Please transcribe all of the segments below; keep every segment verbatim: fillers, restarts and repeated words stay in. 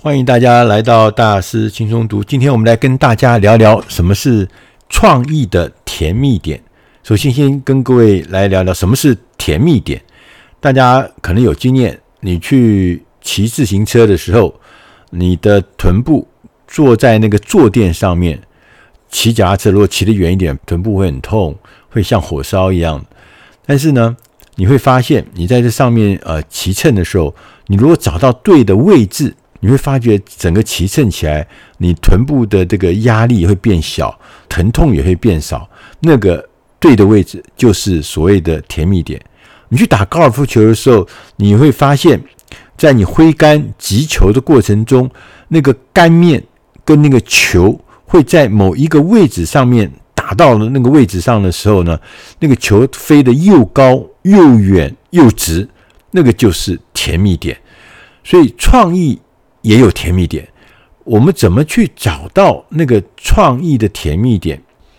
欢迎大家来到大师轻松读。今天我们来跟大家聊聊什么是创意的甜蜜点。首先先跟各位来聊聊什么是甜蜜点。大家可能有经验，你去骑自行车的时候，你的臀部坐在那个坐垫上面，骑脚踏车如果骑得远一点，臀部会很痛，会像火烧一样。但是呢，你会发现你在这上面呃骑乘的时候，你如果找到对的位置，你会发觉整个骑乘起来，你臀部的这个压力会变小，疼痛也会变少。那个对的位置就是所谓的甜蜜点。你去打高尔夫球的时候，你会发现在你挥杆击球的过程中，那个杆面跟那个球会在某一个位置上面打到了那个位置上的时候呢，那个球飞得又高又远又直，那个就是甜蜜点。所以创意也有甜蜜点，我们怎么去找到那个创意的甜蜜点？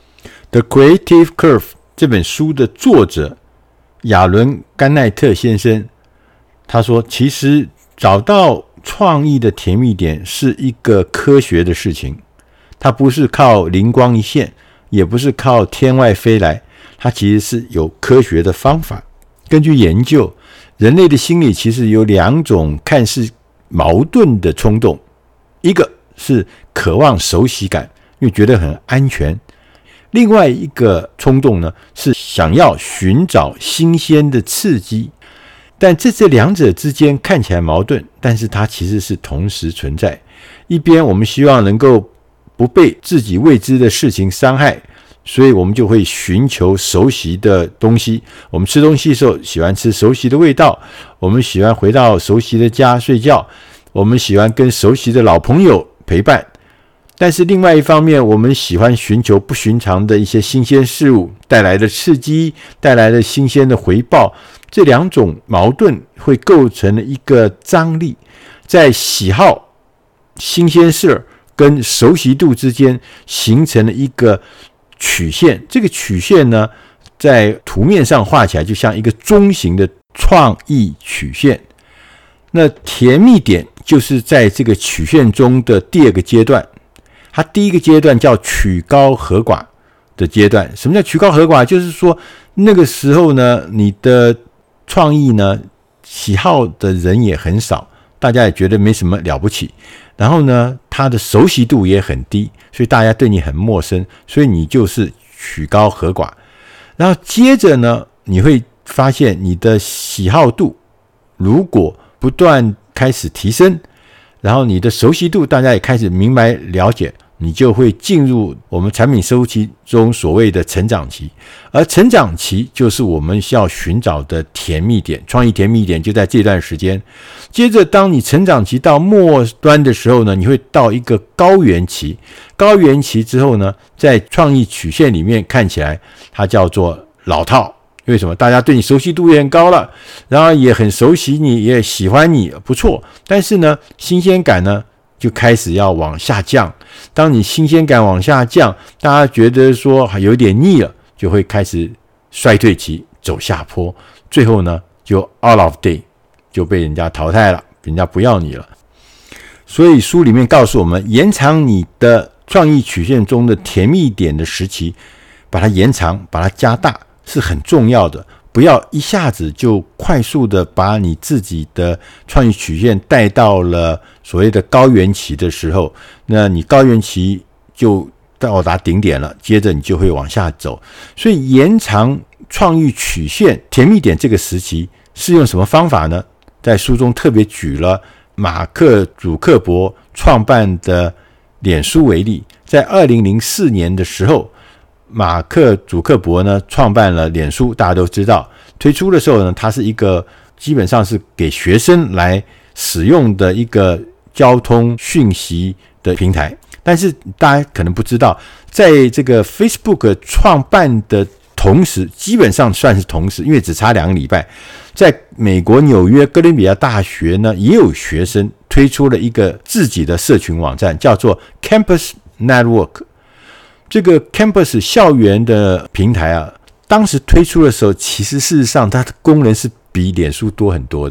The Creative Curve 这本书的作者亚伦甘奈特先生他说，其实找到创意的甜蜜点是一个科学的事情，它不是靠灵光一现，也不是靠天外飞来，它其实是有科学的方法。根据研究，人类的心理其实有两种看似矛盾的冲动，一个是渴望熟悉感，因为觉得很安全；另外一个冲动呢，是想要寻找新鲜的刺激。但这这两者之间看起来矛盾，但是它其实是同时存在。一边我们希望能够不被自己未知的事情伤害，所以我们就会寻求熟悉的东西。我们吃东西的时候喜欢吃熟悉的味道，我们喜欢回到熟悉的家睡觉，我们喜欢跟熟悉的老朋友陪伴。但是另外一方面，我们喜欢寻求不寻常的一些新鲜事物带来的刺激，带来的新鲜的回报。这两种矛盾会构成了一个张力，在喜好新鲜事跟熟悉度之间形成了一个曲线。这个曲线呢，在图面上画起来就像一个中型的创意曲线。那甜蜜点就是在这个曲线中的第二个阶段，它第一个阶段叫曲高和寡的阶段。什么叫曲高和寡？就是说那个时候呢，你的创意呢，喜好的人也很少，大家也觉得没什么了不起，然后呢，它的熟悉度也很低，所以大家对你很陌生，所以你就是曲高和寡。然后接着呢，你会发现你的喜好度如果不断开始提升，然后你的熟悉度大家也开始明白了解，你就会进入我们产品周期中所谓的成长期。而成长期就是我们需要寻找的甜蜜点，创意甜蜜点就在这段时间。接着当你成长期到末端的时候呢，你会到一个高原期。高原期之后呢，在创意曲线里面看起来它叫做老套。为什么？大家对你熟悉度也很高了，然后也很熟悉你，也喜欢你，不错。但是呢，新鲜感呢就开始要往下降。当你新鲜感往下降，大家觉得说有点腻了，就会开始衰退期，走下坡，最后呢就 out of date， 就被人家淘汰了，人家不要你了。所以书里面告诉我们，延长你的创意曲线中的甜蜜点的时期，把它延长，把它加大是很重要的。不要一下子就快速的把你自己的创意曲线带到了所谓的高原期的时候，那你高原期就到达顶点了，接着你就会往下走。所以延长创意曲线甜蜜点这个时期是用什么方法呢？在书中特别举了马克·祖克伯创办的脸书为例。在二零零四年的时候，马克·祖克伯呢创办了脸书，大家都知道。推出的时候呢，它是一个基本上是给学生来使用的一个交通讯息的平台。但是大家可能不知道，在这个 Facebook 创办的同时，基本上算是同时，因为只差两个礼拜，在美国纽约哥伦比亚大学呢，也有学生推出了一个自己的社群网站，叫做 Campus Network。这个 Campus 校园的平台啊，当时推出的时候，其实事实上它的功能是比脸书多很多的。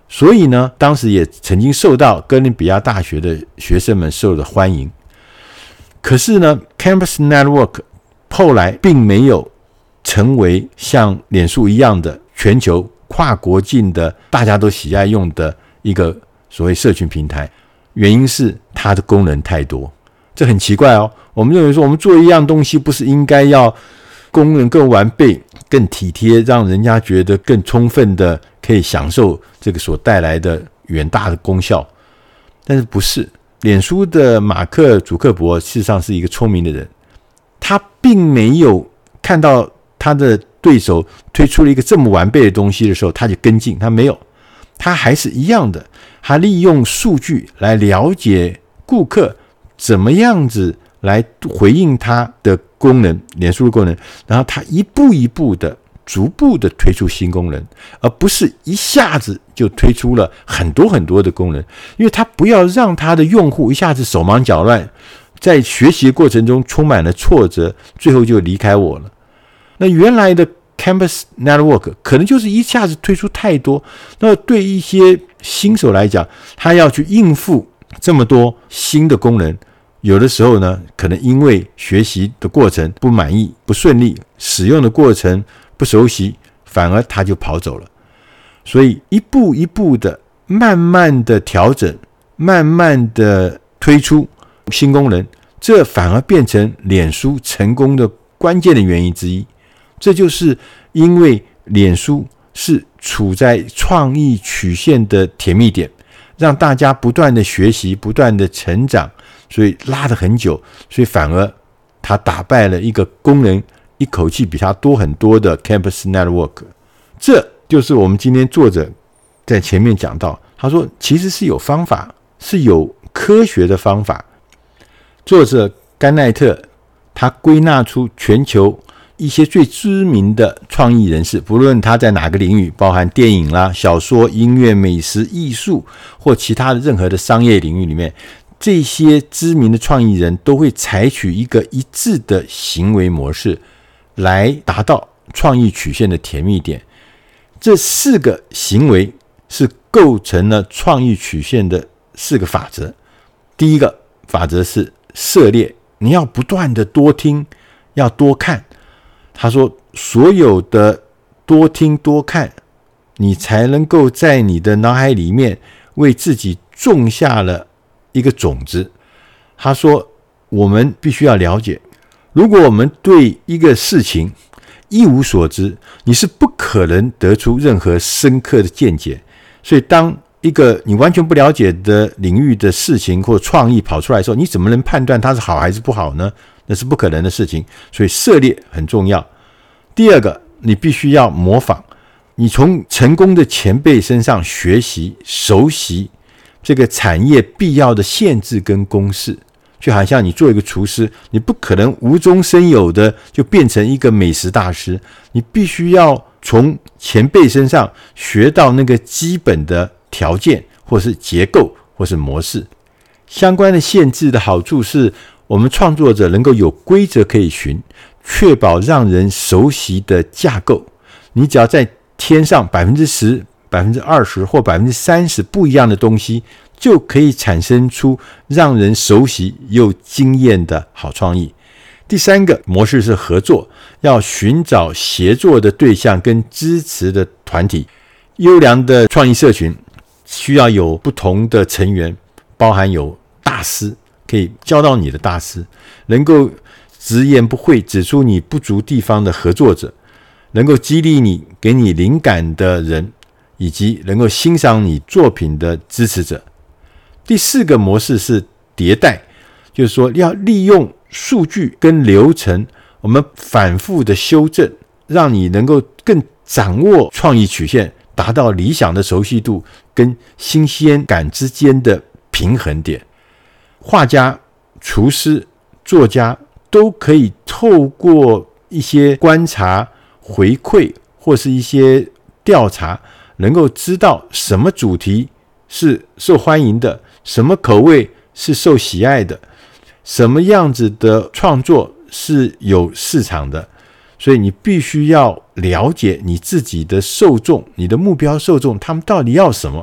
所以呢，当时也曾经受到哥伦比亚大学的学生们受的欢迎。可是呢 Campus Network 后来并没有成为像脸书一样的全球跨国境的大家都喜爱用的一个所谓社群平台，原因是它的功能太多。这很奇怪哦，我们认为说我们做一样东西不是应该要功能更完备、更体贴，让人家觉得更充分的可以享受这个所带来的远大的功效。但是不是，脸书的马克·祖克伯事实上是一个聪明的人，他并没有看到他的对手推出了一个这么完备的东西的时候他就跟进，他没有，他还是一样的，他利用数据来了解顾客怎么样子来回应他的功能，脸书的功能，然后他一步一步的逐步的推出新功能，而不是一下子就推出了很多很多的功能，因为他不要让他的用户一下子手忙脚乱，在学习的过程中充满了挫折，最后就离开我了。那原来的 Campus Network 可能就是一下子推出太多，那对一些新手来讲，他要去应付这么多新的功能，有的时候呢，可能因为学习的过程不满意、不顺利，使用的过程不熟悉，反而他就跑走了。所以一步一步的慢慢的调整，慢慢的推出新功能，这反而变成脸书成功的关键的原因之一。这就是因为脸书是处在创意曲线的甜蜜点，让大家不断的学习，不断的成长，所以拉得很久，所以反而他打败了一个功能一口气比他多很多的 Campus Network。 这就是我们今天作者在前面讲到，他说其实是有方法，是有科学的方法。作者甘奈特他归纳出全球一些最知名的创意人士，不论他在哪个领域，包含电影啦、小说、音乐、美食、艺术或其他的任何的商业领域里面，这些知名的创意人都会采取一个一致的行为模式来达到创意曲线的甜蜜点。这四个行为是构成了创意曲线的四个法则。第一个法则是涉猎，你要不断的多听，要多看。他说所有的多听多看，你才能够在你的脑海里面为自己种下了一个种子。他说我们必须要了解，如果我们对一个事情一无所知，你是不可能得出任何深刻的见解。所以当一个你完全不了解的领域的事情或创意跑出来的时候，你怎么能判断它是好还是不好呢？那是不可能的事情。所以涉猎很重要。第二个，你必须要模仿，你从成功的前辈身上学习熟悉这个产业必要的限制跟公式。就好像你做一个厨师，你不可能无中生有的就变成一个美食大师，你必须要从前辈身上学到那个基本的条件或是结构或是模式。相关的限制的好处是，我们创作者能够有规则可以循，确保让人熟悉的架构。你只要再添上 百分之十、百分之二十 或 百分之三十 不一样的东西，就可以产生出让人熟悉又惊艳的好创意。第三个模式是合作，要寻找协作的对象跟支持的团体。优良的创意社群需要有不同的成员，包含有大师，可以教到你的大师，能够直言不讳指出你不足地方的合作者，能够激励你给你灵感的人，以及能够欣赏你作品的支持者。第四个模式是迭代，就是说要利用数据跟流程，我们反复的修正，让你能够更掌握创意曲线，达到理想的熟悉度跟新鲜感之间的平衡点。画家、厨师、作家都可以透过一些观察、回馈或是一些调查，能够知道什么主题是受欢迎的，什么口味是受喜爱的，什么样子的创作是有市场的。所以你必须要了解你自己的受众，你的目标受众他们到底要什么，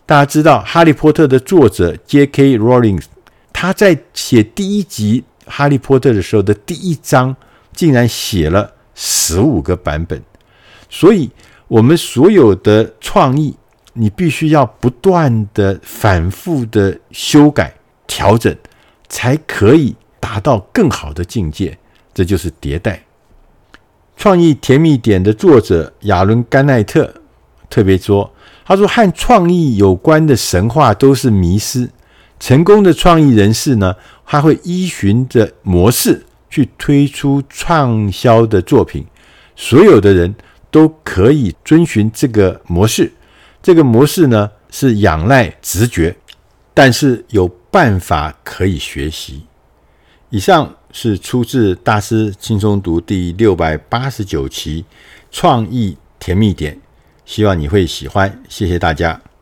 大家知道，《哈利波特》的作者 J K Rowling， 他在写第一集《哈利波特》的时候的第一章，竟然写了十五个版本。所以，我们所有的创意，你必须要不断的、反复的修改、调整，才可以达到更好的境界。这就是迭代。创意甜蜜点的作者亚伦·甘奈特特别说，他说和创意有关的神话都是迷思，成功的创意人士呢，他会依循着模式去推出畅销的作品，所有的人都可以遵循这个模式。这个模式呢，是仰赖直觉，但是有办法可以学习。以上是出自大师轻松读第六百八十九期创意甜蜜点，希望你会喜欢，谢谢大家。